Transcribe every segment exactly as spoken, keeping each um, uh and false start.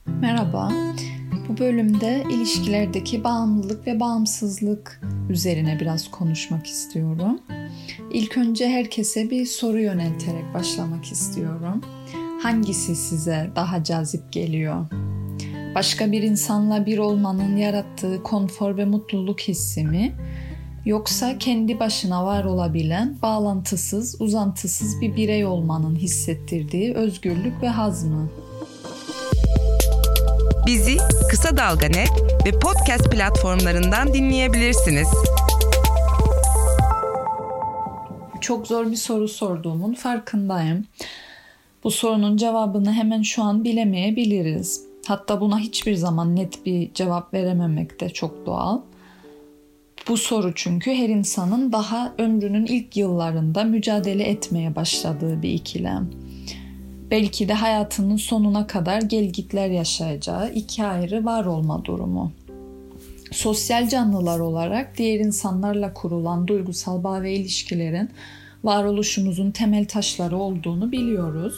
Merhaba, bu bölümde ilişkilerdeki bağımlılık ve bağımsızlık üzerine biraz konuşmak istiyorum. İlk önce herkese bir soru yönelterek başlamak istiyorum. Hangisi size daha cazip geliyor? Başka bir insanla bir olmanın yarattığı konfor ve mutluluk hissi mi? Yoksa kendi başına var olabilen, bağlantısız, uzantısız bir birey olmanın hissettirdiği özgürlük ve haz mı? Bizi Kısa Dalga Net ve podcast platformlarından dinleyebilirsiniz. Çok zor bir soru sorduğumun farkındayım. Bu sorunun cevabını hemen şu an bilemeyebiliriz. Hatta buna hiçbir zaman net bir cevap verememek de çok doğal. Bu soru çünkü her insanın daha ömrünün ilk yıllarında mücadele etmeye başladığı bir ikilem. Belki de hayatının sonuna kadar gelgitler yaşayacağı iki ayrı var olma durumu. Sosyal canlılar olarak diğer insanlarla kurulan duygusal bağ ve ilişkilerin varoluşumuzun temel taşları olduğunu biliyoruz.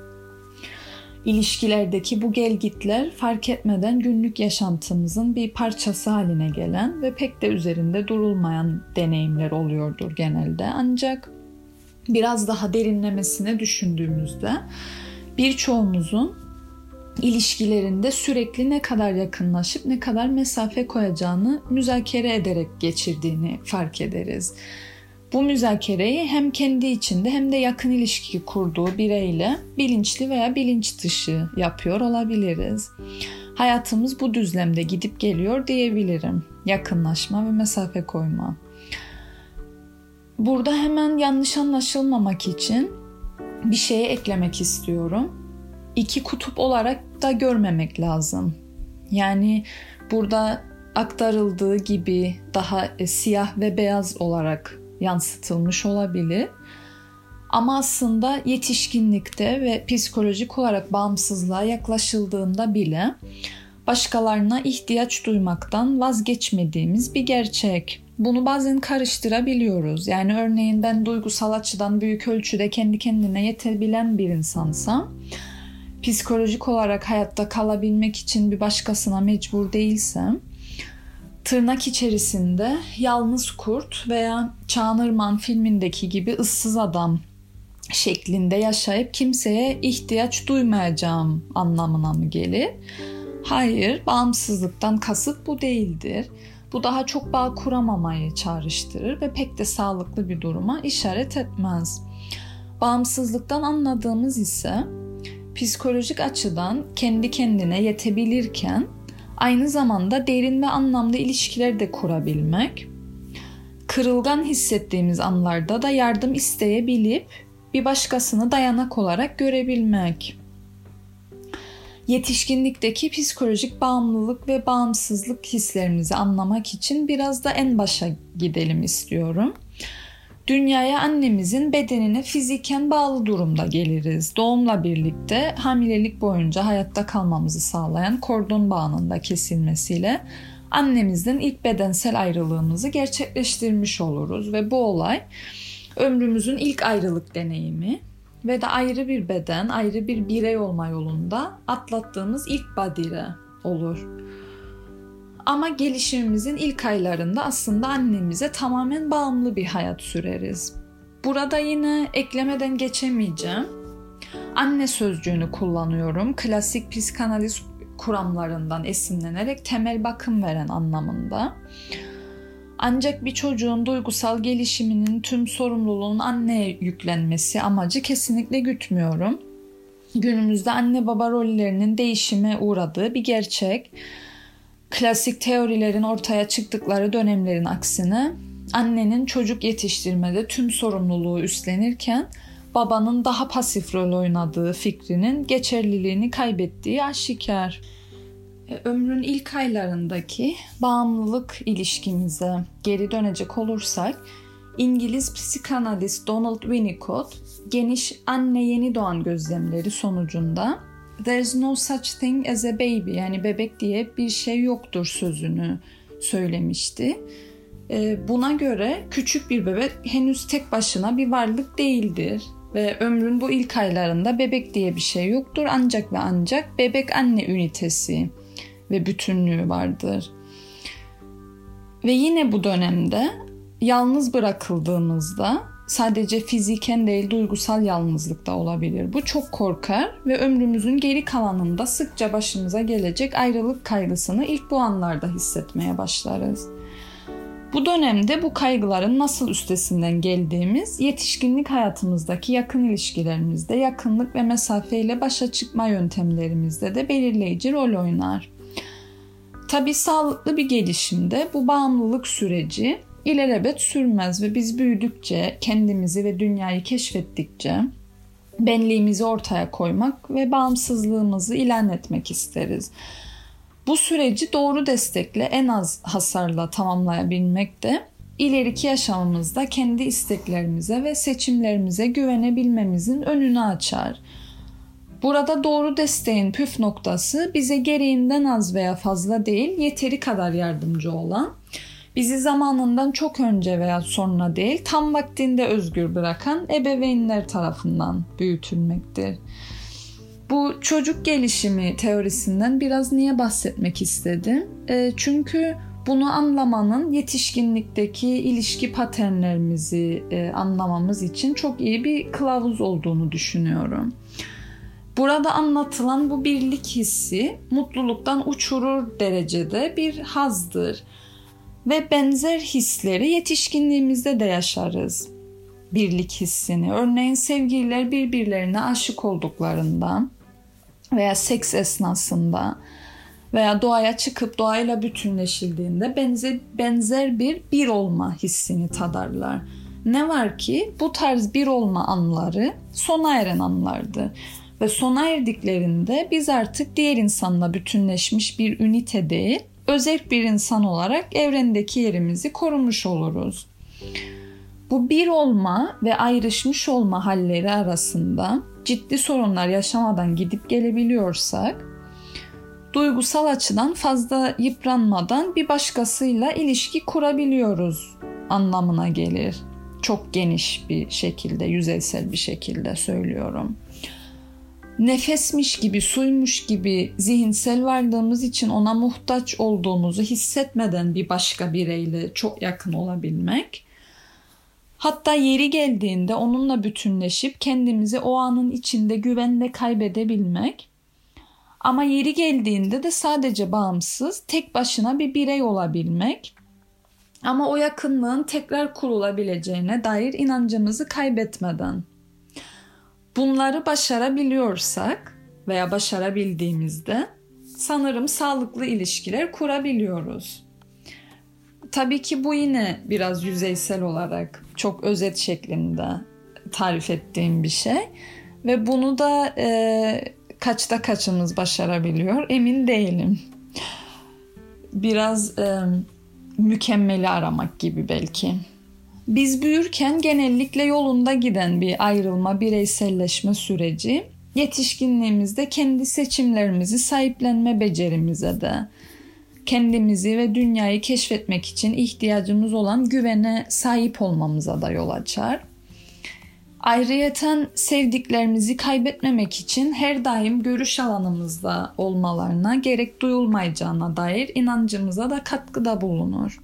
İlişkilerdeki bu gelgitler fark etmeden günlük yaşantımızın bir parçası haline gelen ve pek de üzerinde durulmayan deneyimler oluyordur genelde. Ancak biraz daha derinlemesine düşündüğümüzde birçoğumuzun ilişkilerinde sürekli ne kadar yakınlaşıp ne kadar mesafe koyacağını müzakere ederek geçirdiğini fark ederiz. Bu müzakereyi hem kendi içinde hem de yakın ilişki kurduğu bireyle bilinçli veya bilinç dışı yapıyor olabiliriz. Hayatımız bu düzlemde gidip geliyor diyebilirim. Yakınlaşma ve mesafe koyma. Burada hemen yanlış anlaşılmamak için bir şeye eklemek istiyorum. İki kutup olarak da görmemek lazım. Yani burada aktarıldığı gibi daha e, siyah ve beyaz olarak yansıtılmış olabilir. Ama aslında yetişkinlikte ve psikolojik olarak bağımsızlığa yaklaşıldığında bile başkalarına ihtiyaç duymaktan vazgeçmediğimiz bir gerçek. Bunu bazen karıştırabiliyoruz. Yani örneğin ben duygusal açıdan büyük ölçüde kendi kendine yetebilen bir insansam, psikolojik olarak hayatta kalabilmek için bir başkasına mecbur değilsem, tırnak içerisinde yalnız kurt veya Çağınırman filmindeki gibi ıssız adam şeklinde yaşayıp kimseye ihtiyaç duymayacağım anlamına mı gelir? Hayır, bağımsızlıktan kasıt bu değildir. Bu daha çok bağ kuramamayı çağrıştırır ve pek de sağlıklı bir duruma işaret etmez. Bağımsızlıktan anladığımız ise psikolojik açıdan kendi kendine yetebilirken aynı zamanda derin ve anlamlı ilişkiler de kurabilmek, kırılgan hissettiğimiz anlarda da yardım isteyebilip bir başkasını dayanak olarak görebilmek. Yetişkinlikteki psikolojik bağımlılık ve bağımsızlık hislerimizi anlamak için biraz da en başa gidelim istiyorum. Dünyaya annemizin bedenine fiziken bağlı durumda geliriz. Doğumla birlikte hamilelik boyunca hayatta kalmamızı sağlayan kordon bağının da kesilmesiyle annemizden ilk bedensel ayrılığımızı gerçekleştirmiş oluruz ve bu olay ömrümüzün ilk ayrılık deneyimi ve de ayrı bir beden, ayrı bir birey olma yolunda atlattığımız ilk badire olur. Ama gelişimimizin ilk aylarında aslında annemize tamamen bağımlı bir hayat süreriz. Burada yine eklemeden geçemeyeceğim. Anne sözcüğünü kullanıyorum. Klasik psikanaliz kuramlarından esinlenerek temel bakım veren anlamında. Ancak bir çocuğun duygusal gelişiminin tüm sorumluluğun anneye yüklenmesi amacı kesinlikle gütmüyorum. Günümüzde anne baba rollerinin değişime uğradığı bir gerçek. Klasik teorilerin ortaya çıktıkları dönemlerin aksine annenin çocuk yetiştirmede tüm sorumluluğu üstlenirken babanın daha pasif rol oynadığı fikrinin geçerliliğini kaybettiği aşikar. Ömrün ilk aylarındaki bağımlılık ilişkimize geri dönecek olursak, İngiliz psikanalist Donald Winnicott geniş anne yeni doğan gözlemleri sonucunda "There's no such thing as a baby" yani bebek diye bir şey yoktur sözünü söylemişti. Buna göre küçük bir bebek henüz tek başına bir varlık değildir Ve ömrün bu ilk aylarında bebek diye bir şey yoktur. Ancak ve ancak bebek anne ünitesi ve bütünlüğü vardır. Ve yine bu dönemde yalnız bırakıldığımızda sadece fiziken değil duygusal yalnızlık da olabilir. Bu çok korkar ve ömrümüzün geri kalanında sıkça başımıza gelecek ayrılık kaygısını ilk bu anlarda hissetmeye başlarız. Bu dönemde bu kaygıların nasıl üstesinden geldiğimiz yetişkinlik hayatımızdaki yakın ilişkilerimizde, yakınlık ve mesafeyle başa çıkma yöntemlerimizde de belirleyici rol oynar. Tabii sağlıklı bir gelişimde bu bağımlılık süreci ilelebet sürmez ve biz büyüdükçe, kendimizi ve dünyayı keşfettikçe benliğimizi ortaya koymak ve bağımsızlığımızı ilan etmek isteriz. Bu süreci doğru destekle en az hasarla tamamlayabilmek de ileriki yaşamımızda kendi isteklerimize ve seçimlerimize güvenebilmemizin önünü açar. Burada doğru desteğin püf noktası bize gereğinden az veya fazla değil, yeteri kadar yardımcı olan, bizi zamanından çok önce veya sonra değil, tam vaktinde özgür bırakan ebeveynler tarafından büyütülmektir. Bu çocuk gelişimi teorisinden biraz niye bahsetmek istedim? E, çünkü bunu anlamanın yetişkinlikteki ilişki paternlerimizi e, anlamamız için çok iyi bir kılavuz olduğunu düşünüyorum. Burada anlatılan bu birlik hissi mutluluktan uçurur derecede bir hazdır. Ve benzer hisleri yetişkinliğimizde de yaşarız. Birlik hissini. Örneğin sevgililer birbirlerine aşık olduklarında veya seks esnasında veya doğaya çıkıp doğayla bütünleşildiğinde benzer, benzer bir bir olma hissini tadarlar. Ne var ki bu tarz bir olma anları sona eren anlardı. Ve sona erdiklerinde biz artık diğer insanla bütünleşmiş bir ünite değil, özerk bir insan olarak evrendeki yerimizi korumuş oluruz. Bu bir olma ve ayrışmış olma halleri arasında ciddi sorunlar yaşamadan gidip gelebiliyorsak, duygusal açıdan fazla yıpranmadan bir başkasıyla ilişki kurabiliyoruz anlamına gelir. Çok geniş bir şekilde, yüzeysel bir şekilde söylüyorum. Nefesmiş gibi, suymuş gibi zihinsel varlığımız için ona muhtaç olduğumuzu hissetmeden bir başka bireyle çok yakın olabilmek, hatta yeri geldiğinde onunla bütünleşip kendimizi o anın içinde güvenle kaybedebilmek, ama yeri geldiğinde de sadece bağımsız, tek başına bir birey olabilmek, ama o yakınlığın tekrar kurulabileceğine dair inancımızı kaybetmeden. Bunları başarabiliyorsak veya başarabildiğimizde sanırım sağlıklı ilişkiler kurabiliyoruz. Tabii ki bu yine biraz yüzeysel olarak çok özet şeklinde tarif ettiğim bir şey ve bunu da e, kaçta kaçımız başarabiliyor emin değilim. Biraz e, mükemmeli aramak gibi belki. Biz büyürken genellikle yolunda giden bir ayrılma, bireyselleşme süreci, yetişkinliğimizde kendi seçimlerimizi sahiplenme becerimize de, kendimizi ve dünyayı keşfetmek için ihtiyacımız olan güvene sahip olmamıza da yol açar. Ayrıyeten sevdiklerimizi kaybetmemek için her daim görüş alanımızda olmalarına gerek duyulmayacağına dair inancımıza da katkıda bulunur.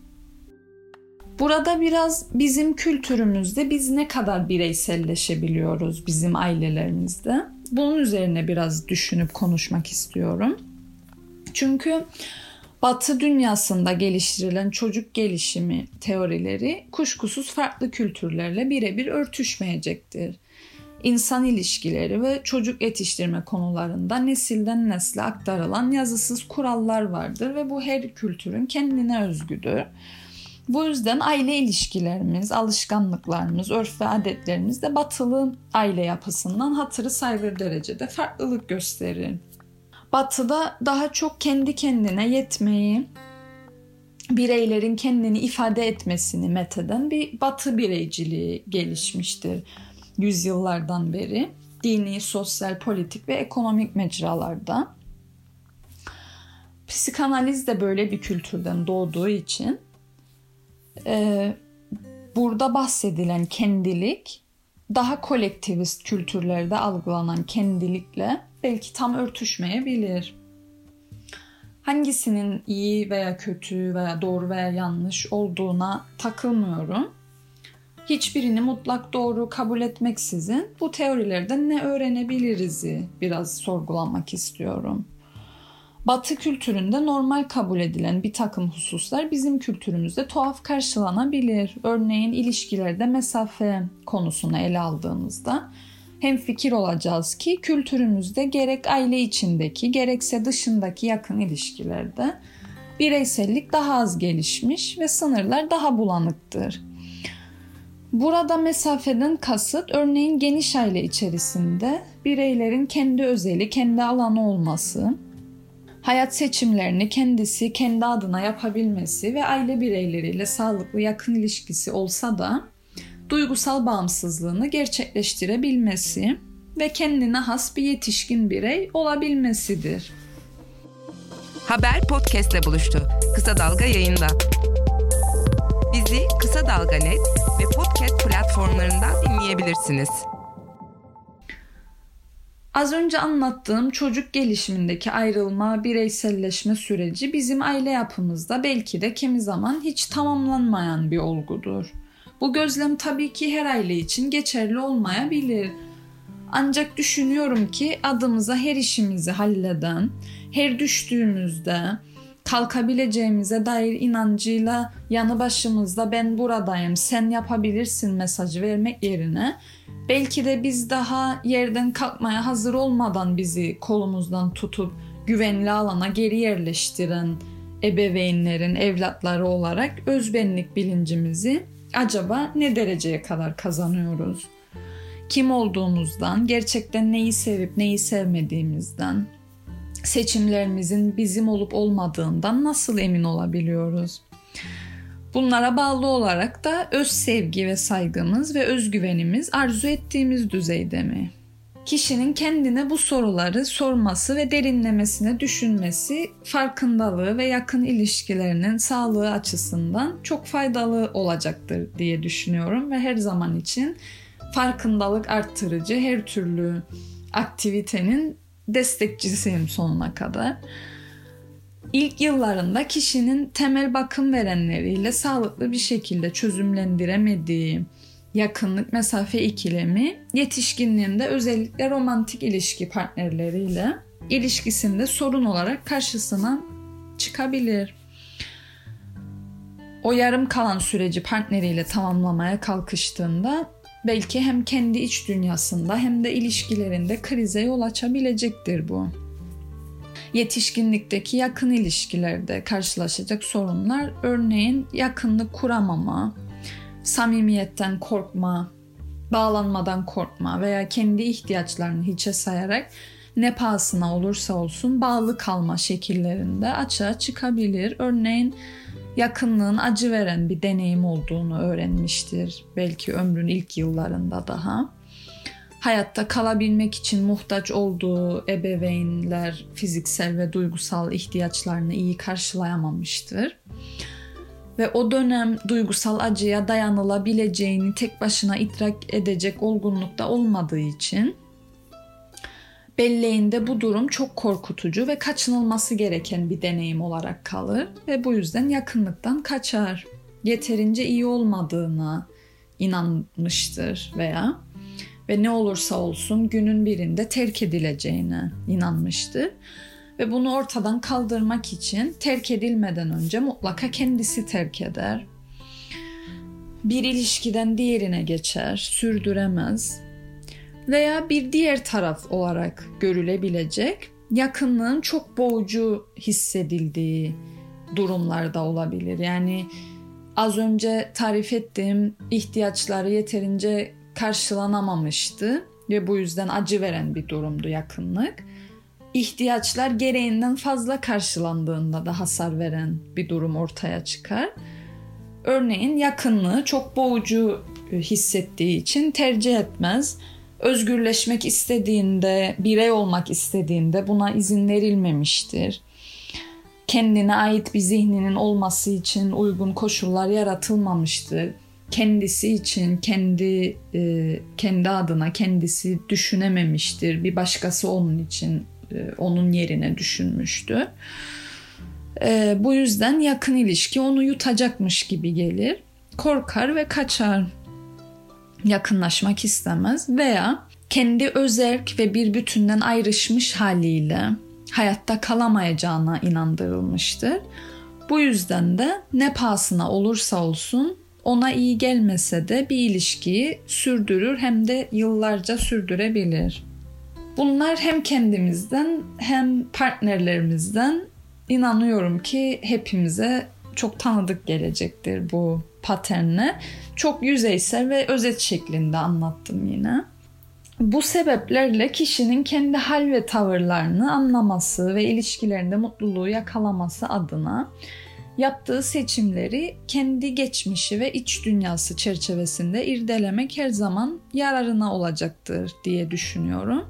Burada biraz bizim kültürümüzde biz ne kadar bireyselleşebiliyoruz bizim ailelerimizde. Bunun üzerine biraz düşünüp konuşmak istiyorum. Çünkü Batı dünyasında geliştirilen çocuk gelişimi teorileri kuşkusuz farklı kültürlerle birebir örtüşmeyecektir. İnsan ilişkileri ve çocuk yetiştirme konularında nesilden nesle aktarılan yazısız kurallar vardır ve bu her kültürün kendine özgüdür. Bu yüzden aile ilişkilerimiz, alışkanlıklarımız, örf ve adetlerimiz de batılı aile yapısından hatırı sayılır derecede farklılık gösterir. Batı'da daha çok kendi kendine yetmeyi, bireylerin kendini ifade etmesini metheden bir Batı bireyciliği gelişmiştir yüzyıllardan beri. Dini, sosyal, politik ve ekonomik mecralarda. Psikanaliz de böyle bir kültürden doğduğu için Ee, burada bahsedilen kendilik daha kolektivist kültürlerde algılanan kendilikle belki tam örtüşmeyebilir. Hangisinin iyi veya kötü veya doğru veya yanlış olduğuna takılmıyorum. Hiçbirini mutlak doğru kabul etmeksizin bu teorilerden ne öğrenebiliriz'i biraz sorgulamak istiyorum. Batı kültüründe normal kabul edilen bir takım hususlar bizim kültürümüzde tuhaf karşılanabilir. Örneğin ilişkilerde mesafe konusunu ele aldığımızda hemfikir olacağız ki kültürümüzde gerek aile içindeki gerekse dışındaki yakın ilişkilerde bireysellik daha az gelişmiş ve sınırlar daha bulanıktır. Burada mesafeden kasıt örneğin geniş aile içerisinde bireylerin kendi özeli, kendi alanı olması, hayat seçimlerini kendisi kendi adına yapabilmesi ve aile bireyleriyle sağlıklı yakın ilişkisi olsa da duygusal bağımsızlığını gerçekleştirebilmesi ve kendine has bir yetişkin birey olabilmesidir. Haber podcast'le buluştu. Kısa Dalga yayında. Bizi Kısa Dalga Net ve podcast platformlarından dinleyebilirsiniz. Az önce anlattığım çocuk gelişimindeki ayrılma, bireyselleşme süreci bizim aile yapımızda belki de kimi zaman hiç tamamlanmayan bir olgudur. Bu gözlem tabii ki her aile için geçerli olmayabilir. Ancak düşünüyorum ki adımıza her işimizi halleden, her düştüğümüzde kalkabileceğimize dair inancıyla yanı başımızda ben buradayım, sen yapabilirsin mesajı vermek yerine belki de biz daha yerden kalkmaya hazır olmadan bizi kolumuzdan tutup güvenli alana geri yerleştiren ebeveynlerin evlatları olarak özbenlik bilincimizi acaba ne dereceye kadar kazanıyoruz? Kim olduğumuzdan, gerçekten neyi sevip neyi sevmediğimizden, seçimlerimizin bizim olup olmadığından nasıl emin olabiliyoruz? Bunlara bağlı olarak da öz sevgi ve saygımız ve özgüvenimiz arzu ettiğimiz düzeyde mi? Kişinin kendine bu soruları sorması ve derinlemesine düşünmesi farkındalığı ve yakın ilişkilerinin sağlığı açısından çok faydalı olacaktır diye düşünüyorum ve her zaman için farkındalık arttırıcı her türlü aktivitenin destekçisiyim sonuna kadar. İlk yıllarında kişinin temel bakım verenleriyle sağlıklı bir şekilde çözümlendiremediği yakınlık mesafe ikilemi yetişkinliğinde özellikle romantik ilişki partnerleriyle ilişkisinde sorun olarak karşısına çıkabilir. O yarım kalan süreci partneriyle tamamlamaya kalkıştığında belki hem kendi iç dünyasında hem de ilişkilerinde krize yol açabilecektir bu. Yetişkinlikteki yakın ilişkilerde karşılaşacak sorunlar örneğin yakınlık kuramama, samimiyetten korkma, bağlanmadan korkma veya kendi ihtiyaçlarını hiçe sayarak ne pahasına olursa olsun bağlı kalma şekillerinde açığa çıkabilir. Örneğin yakınlığın acı veren bir deneyim olduğunu öğrenmiştir. Belki ömrün ilk yıllarında daha. Hayatta kalabilmek için muhtaç olduğu ebeveynler fiziksel ve duygusal ihtiyaçlarını iyi karşılayamamıştır. Ve o dönem duygusal acıya dayanılabileceğini tek başına idrak edecek olgunlukta olmadığı için belleğinde bu durum çok korkutucu ve kaçınılması gereken bir deneyim olarak kalır ve bu yüzden yakınlıktan kaçar. Yeterince iyi olmadığına inanmıştır veya ve ne olursa olsun günün birinde terk edileceğine inanmıştır. Ve bunu ortadan kaldırmak için terk edilmeden önce mutlaka kendisi terk eder. Bir ilişkiden diğerine geçer, sürdüremez. Veya bir diğer taraf olarak görülebilecek yakınlığın çok boğucu hissedildiği durumlarda olabilir. Yani az önce tarif ettiğim ihtiyaçları yeterince karşılanamamıştı ve bu yüzden acı veren bir durumdu yakınlık. İhtiyaçlar gereğinden fazla karşılandığında da hasar veren bir durum ortaya çıkar. Örneğin yakınlığı çok boğucu hissettiği için tercih etmez. Özgürleşmek istediğinde, birey olmak istediğinde buna izin verilmemiştir. Kendine ait bir zihninin olması için uygun koşullar yaratılmamıştır. kendisi için, kendi e, kendi adına kendisi düşünememiştir. Bir başkası onun için e, onun yerine düşünmüştür. E, bu yüzden yakın ilişki onu yutacakmış gibi gelir. Korkar ve kaçar. Yakınlaşmak istemez veya kendi özerk ve bir bütünden ayrışmış haliyle hayatta kalamayacağına inandırılmıştır. Bu yüzden de ne pahasına olursa olsun ona iyi gelmese de bir ilişkiyi sürdürür hem de yıllarca sürdürebilir. Bunlar hem kendimizden hem partnerlerimizden inanıyorum ki hepimize çok tanıdık gelecektir bu paternle. Çok yüzeysel ve özet şeklinde anlattım yine. Bu sebeplerle kişinin kendi hal ve tavırlarını anlaması ve ilişkilerinde mutluluğu yakalaması adına yaptığı seçimleri kendi geçmişi ve iç dünyası çerçevesinde irdelemek her zaman yararına olacaktır diye düşünüyorum.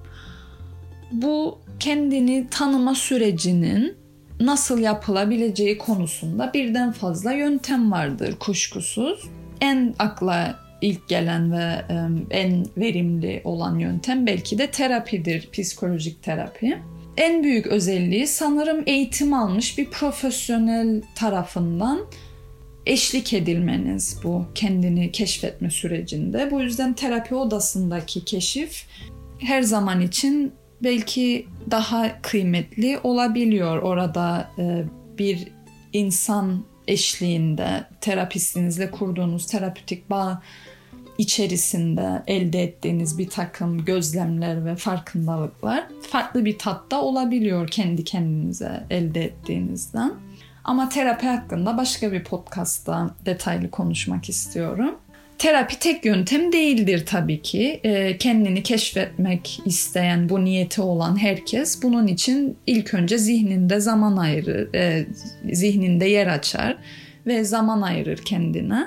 Bu kendini tanıma sürecinin nasıl yapılabileceği konusunda birden fazla yöntem vardır kuşkusuz. En akla ilk gelen ve en verimli olan yöntem belki de terapidir, psikolojik terapi. En büyük özelliği sanırım eğitim almış bir profesyonel tarafından eşlik edilmeniz bu kendini keşfetme sürecinde. Bu yüzden terapi odasındaki keşif her zaman için belki daha kıymetli olabiliyor. Orada bir insan eşliğinde terapistinizle kurduğunuz terapötik bağ içerisinde elde ettiğiniz bir takım gözlemler ve farkındalıklar farklı bir tatta olabiliyor kendi kendinize elde ettiğinizden. Ama terapi hakkında başka bir podcastta detaylı konuşmak istiyorum. Terapi tek yöntem değildir tabii ki. Kendini keşfetmek isteyen, bu niyeti olan herkes bunun için ilk önce zihninde zaman ayırır, zihninde yer açar ve zaman ayırır kendine.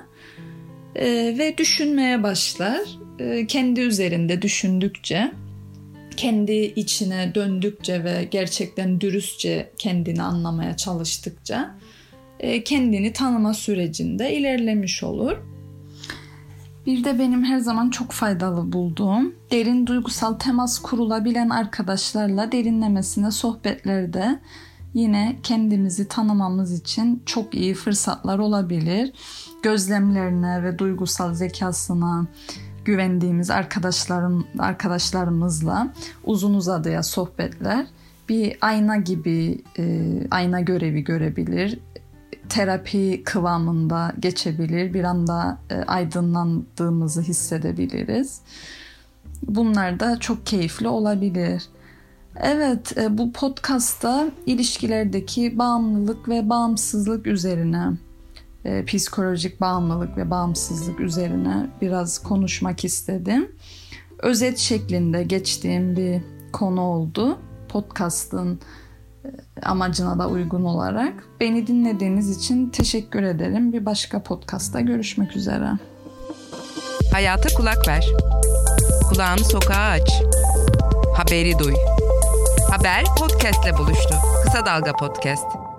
Ve düşünmeye başlar. Kendi üzerinde düşündükçe, kendi içine döndükçe ve gerçekten dürüstçe kendini anlamaya çalıştıkça kendini tanıma sürecinde ilerlemiş olur. Bir de benim her zaman çok faydalı bulduğum, derin duygusal temas kurulabilen arkadaşlarla derinlemesine sohbetlerde yine kendimizi tanımamız için çok iyi fırsatlar olabilir. Gözlemlerine ve duygusal zekasına güvendiğimiz arkadaşlarım, arkadaşlarımızla uzun uzadıya sohbetler bir ayna gibi, e, ayna görevi görebilir. Terapi kıvamında geçebilir. Bir anda e, aydınlandığımızı hissedebiliriz. Bunlar da çok keyifli olabilir. Evet, e, bu podcastta ilişkilerdeki bağımlılık ve bağımsızlık üzerine, e, psikolojik bağımlılık ve bağımsızlık üzerine biraz konuşmak istedim. Özet şeklinde geçtiğim bir konu oldu. Podcast'ın amacına da uygun olarak. Beni dinlediğiniz için teşekkür ederim. Bir başka podcast'ta görüşmek üzere. Hayata kulak ver. Kulağını sokağa aç. Haberi duy. Haber podcast'le buluştu. Kısa Dalga Podcast.